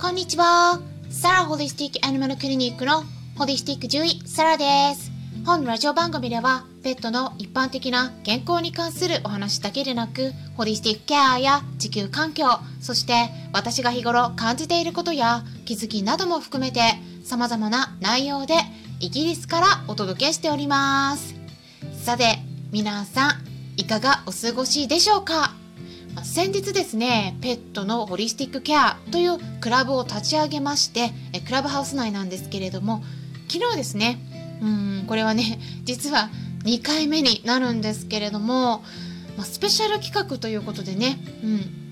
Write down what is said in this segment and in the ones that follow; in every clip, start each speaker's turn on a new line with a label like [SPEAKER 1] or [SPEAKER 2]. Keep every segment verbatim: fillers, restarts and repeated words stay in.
[SPEAKER 1] こんにちは。サラホリスティックアニマルクリニックのホリスティック獣医サラです。本ラジオ番組ではペットの一般的な健康に関するお話だけでなく、ホリスティックケアや地球環境、そして私が日頃感じていることや気づきなども含めて様々な内容でイギリスからお届けしております。さて皆さんいかがお過ごしでしょうか。先日ですね、ペットのホリスティックケアというクラブを立ち上げまして、クラブハウス内なんですけれども、昨日ですね、うーんこれはね実はにかいめになるんですけれども、まあ、スペシャル企画ということでね、うん、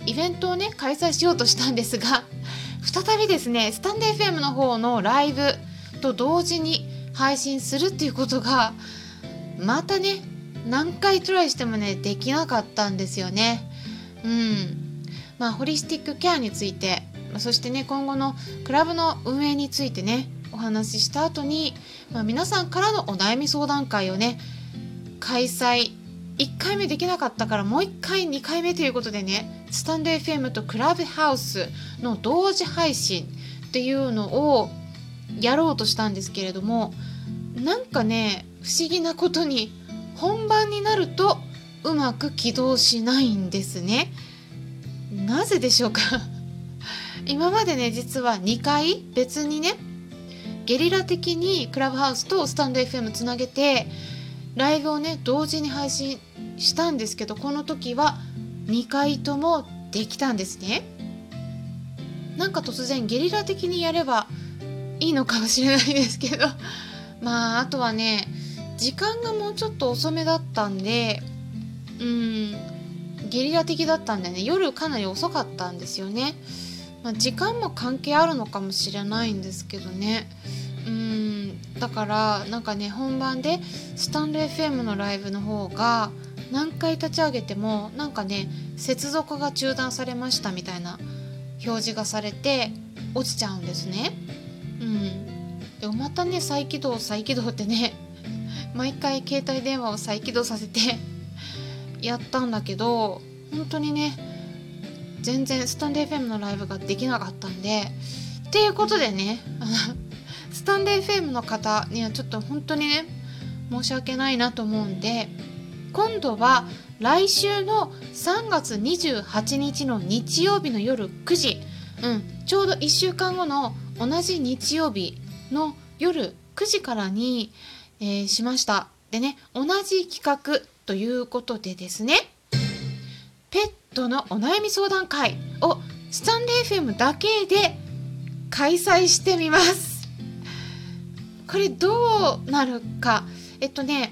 [SPEAKER 1] イベントをね開催しようとしたんですが、再びですねスタンド エフエム の方のライブと同時に配信するっていうことがまたね何回トライしてもねできなかったんですよね。うんまあ、ホリスティックケアについて、そしてね今後のクラブの運営についてねお話しした後に、まあ、皆さんからのお悩み相談会をね開催いっかいめできなかったから、もういっかいにかいめということでね、スタンド エフエム とクラブハウスの同時配信っていうのをやろうとしたんですけれども、なんかね不思議なことに本番になるとうまく起動しないんですね。なぜでしょうか今までね実はにかい別にねゲリラ的にクラブハウスとスタンド エフエム つなげてライブをね同時に配信したんですけど、この時はにかいともできたんですね。なんか突然ゲリラ的にやればいいのかもしれないですけどまああとはね時間がもうちょっと遅めだったんで、うーんゲリラ的だったんでね夜かなり遅かったんですよね。まあ、時間も関係あるのかもしれないんですけどね。うーんだからなんかね本番でスタンド エフエム のライブの方が何回立ち上げてもなんかね接続が中断されましたみたいな表示がされて落ちちゃうんですね。うんでまたね再起動再起動ってね毎回携帯電話を再起動させてやったんだけど、本当にね全然スタンド エフエム のライブができなかったんで、っていうことでねあのスタンド エフエム の方にはちょっと本当にね申し訳ないなと思うんで、今度は来週のさんがつにじゅうはちにちの日曜日の夜くじ、うん、ちょうどいっしゅうかんごの同じ日曜日の夜くじからに、えー、しました。でね同じ企画ということでですね、ペットのお悩み相談会をスタンド エフエム だけで開催してみます。これどうなるか、えっとね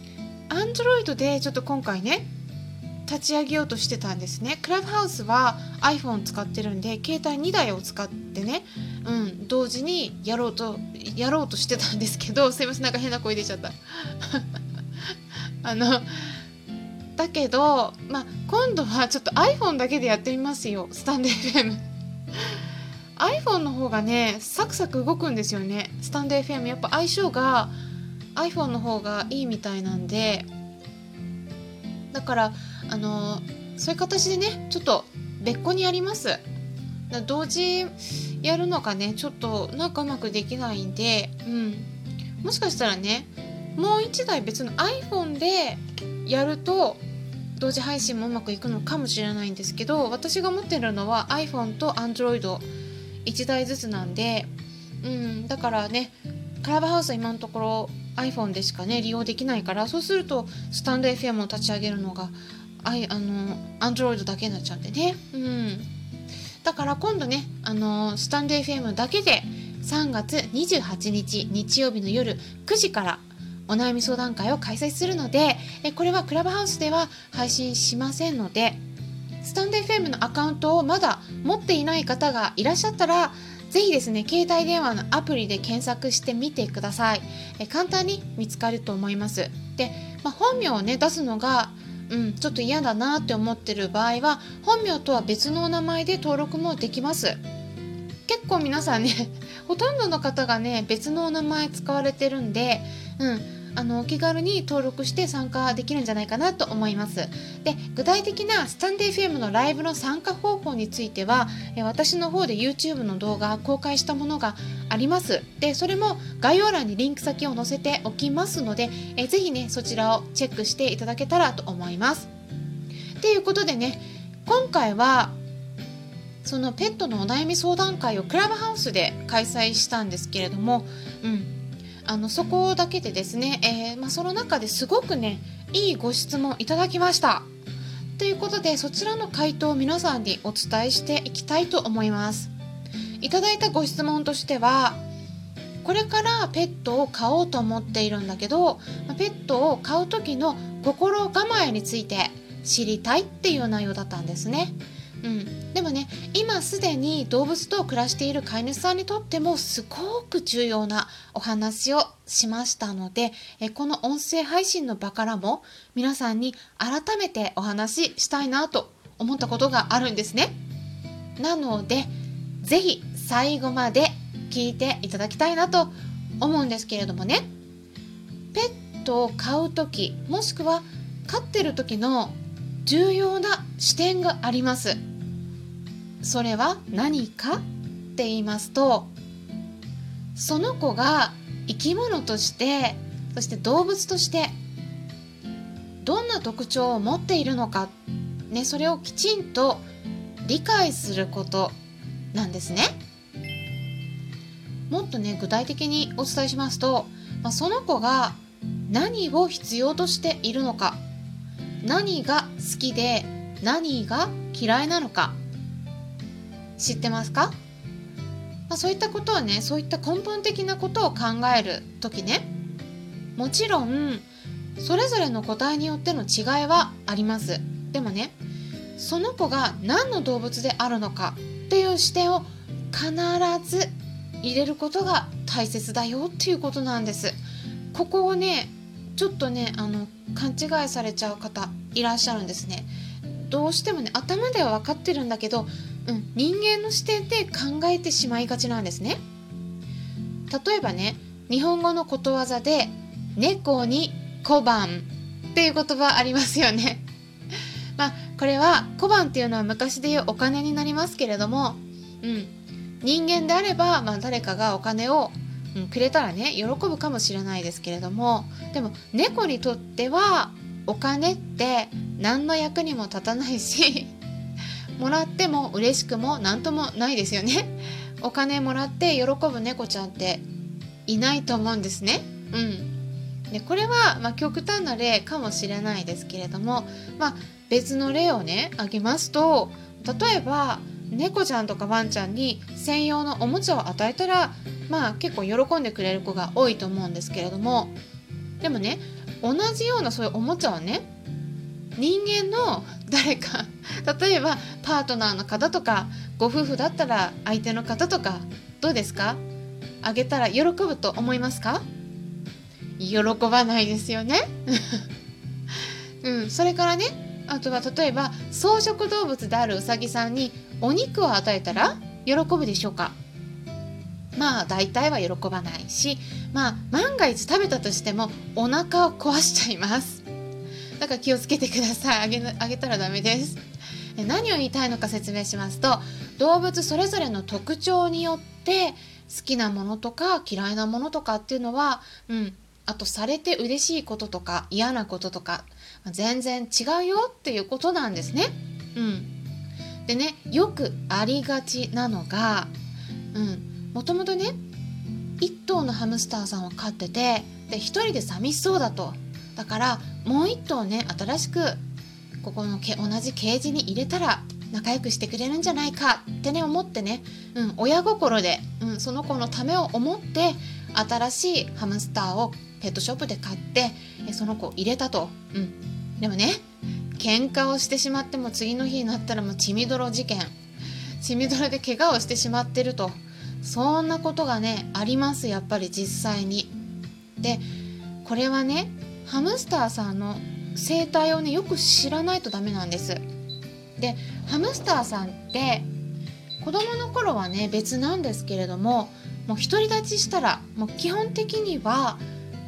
[SPEAKER 1] Android でちょっと今回ね立ち上げようとしてたんですね。クラブハウスは iPhone 使ってるんで携帯にだいを使ってね、うん、同時にやろうとやろうとしてたんですけど、すいませんなんか変な声出ちゃったあのだけど、まあ、今度はちょっと iPhone だけでやってみますよ、スタンド エフエム iPhone の方がねサクサク動くんですよね。スタンド エフエム やっぱ相性が iPhone の方がいいみたいなんで、だからあのそういう形でねちょっと別個にやります。同時やるのがねちょっとなんかうまくできないんで、うん、もしかしたらねもう一台別の iPhone でやると同時配信もうまくいくのかもしれないんですけど、私が持ってるのは iPhone と Android いちだいずつなんで、うん、だからねクラブハウスは今のところ iPhone でしかね利用できないから、そうするとスタンド エフエム を立ち上げるのがあいあの Android だけになっちゃうんでね、うん、だから今度ねあのスタンド エフエム だけでさんがつにじゅうはちにち日曜日の夜くじからお悩み相談会を開催するので、これはクラブハウスでは配信しませんので、スタンド エフエム のアカウントをまだ持っていない方がいらっしゃったらぜひですね携帯電話のアプリで検索してみてください。え簡単に見つかると思います。で、まあ、本名をね出すのが、うん、ちょっと嫌だなって思ってる場合は本名とは別のお名前で登録もできます。結構皆さんねほとんどの方がね別のお名前使われてるんで、うんあの気軽に登録して参加できるんじゃないかなと思います。で、具体的なスタンデー エフエム のライブの参加方法については、え私の方で YouTube の動画公開したものがあります。で、それも概要欄にリンク先を載せておきますので、えぜひねそちらをチェックしていただけたらと思います。ということでね、今回はそのペットのお悩み相談会をクラブハウスで開催したんですけれども、うん、あのそこだけでですね、えーまあ、その中ですごくねいいご質問いただきました。ということで、そちらの回答を皆さんにお伝えしていきたいと思います。いただいたご質問としては、これからペットを飼おうと思っているんだけど、ペットを飼う時の心構えについて知りたいっていう内容だったんですね。うん、でもね、今すでに動物と暮らしている飼い主さんにとってもすごく重要なお話をしましたので、えこの音声配信の場からも皆さんに改めてお話ししたいなと思ったことがあるんですね。なのでぜひ最後まで聞いていただきたいなと思うんですけれどもね、ペットを飼う時、もしくは飼ってる時の重要な視点があります。それは何かって言いますと、その子が生き物として、そして動物としてどんな特徴を持っているのか、ね、それをきちんと理解することなんですね。もっとね具体的にお伝えしますと、まあ、その子が何を必要としているのか、何が好きで何が嫌いなのか知ってますか？まあ、そういったことをね、そういった根本的なことを考えるときね、もちろんそれぞれの個体によっての違いはあります。でもね、その子が何の動物であるのかっていう視点を必ず入れることが大切だよっていうことなんです。ここをねちょっとねあの勘違いされちゃう方いらっしゃるんですね。どうしてもね頭では分かってるんだけど、うん、人間の視点で考えてしまいがちなんですね。例えばね、日本語のことわざで猫に小判っていう言葉ありますよね。まあこれは小判っていうのは昔でいうお金になりますけれども、うん、人間であれば、まあ、誰かがお金を、うん、くれたらね喜ぶかもしれないですけれども、でも猫にとってはお金って何の役にも立たないしもらっても嬉しくも何ともないですよね。お金もらって喜ぶ猫ちゃんっていないと思うんですね。うん、でこれは、まあ、極端な例かもしれないですけれども、まあ、別の例をね挙げますと、例えば猫ちゃんとかワンちゃんに専用のおもちゃを与えたら、まあ結構喜んでくれる子が多いと思うんですけれども、でもね同じようなそういうおもちゃをね人間の誰か例えばパートナーの方とかご夫婦だったら相手の方とかどうですか？あげたら喜ぶと思いますか？喜ばないですよね。うん、それからね、あとは例えば草食動物であるウサギさんにお肉を与えたら喜ぶでしょうか？まあ大体は喜ばないし、まあ万が一食べたとしてもお腹を壊しちゃいます。だから気をつけてください。あげ、あげたらダメです。何を言いたいのか説明しますと、動物それぞれの特徴によって好きなものとか嫌いなものとかっていうのは、うん、あとされて嬉しいこととか嫌なこととか全然違うよっていうことなんですね。うん、でね、よくありがちなのが、うん、もともとね一頭のハムスターさんを飼ってて、で一人で寂しそうだと、だからもう一頭ね新しくここのけ同じケージに入れたら仲良くしてくれるんじゃないかってね思ってね、うん、親心で、うん、その子のためを思って新しいハムスターをペットショップで買ってその子を入れたと、うん、でもね喧嘩をしてしまっても次の日になったらもう血みどろ事件、血みどろで怪我をしてしまってると、そんなことがねあります。やっぱり実際に。でこれはねハムスターさんの生態をねよく知らないとダメなんです。でハムスターさんって子供の頃はね別なんですけれども、もう独り立ちしたらもう基本的には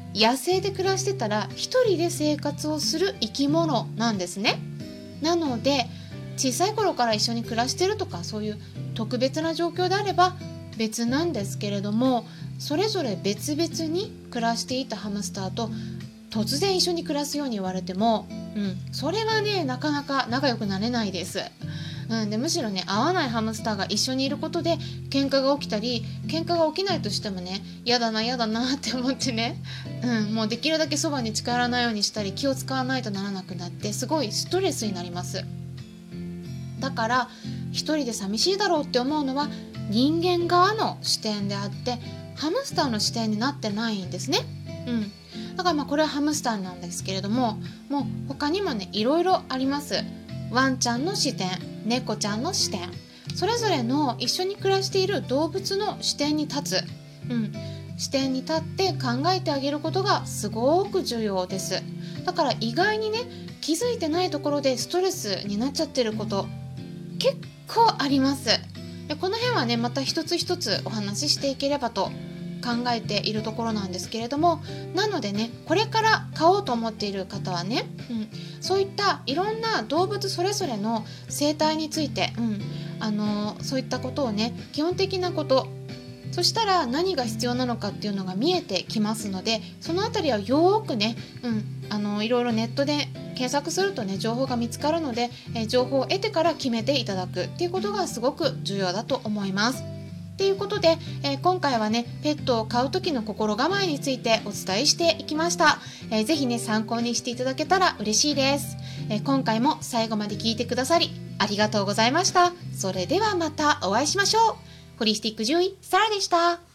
[SPEAKER 1] 野生で暮らしてたら一人で生活をする生き物なんですね。なので小さい頃から一緒に暮らしてるとか、そういう特別な状況であれば別なんですけれども、それぞれ別々に暮らしていたハムスターと突然一緒に暮らすように言われても、うん、それはねなかなか仲良くなれないです。うん、でむしろね合わないハムスターが一緒にいることで喧嘩が起きたり、喧嘩が起きないとしてもねやだなやだなって思ってね、うん、もうできるだけそばに近寄らないようにしたり気を使わないとならなくなって、すごいストレスになります。だから一人で寂しいだろうって思うのは人間側の視点であって、ハムスターの視点になってないんですね。うん、だからまあこれはハムスターなんですけれども、もう他にもねいろいろあります。ワンちゃんの視点、猫ちゃんの視点、それぞれの一緒に暮らしている動物の視点に立つ、うん、視点に立って考えてあげることがすごく重要です。だから意外にね気づいてないところでストレスになっちゃってること結構あります。でこの辺はねまた一つ一つお話ししていければと考えているところなんですけれども、なのでねこれから飼おうと思っている方はね、うん、そういったいろんな動物それぞれの生態について、うん、あのそういったことをね基本的なこと、そしたら何が必要なのかっていうのが見えてきますので、そのあたりはよーくね、うん、あのいろいろネットで検索するとね情報が見つかるので、えー、情報を得てから決めていただくっていうことがすごく重要だと思います。ということで、えー、今回はねペットを飼う時の心構えについてお伝えしていきました。えー、ぜひね参考にしていただけたら嬉しいです。えー、今回も最後まで聞いてくださりありがとうございました。それではまたお会いしましょう。ホリスティック獣医サラでした。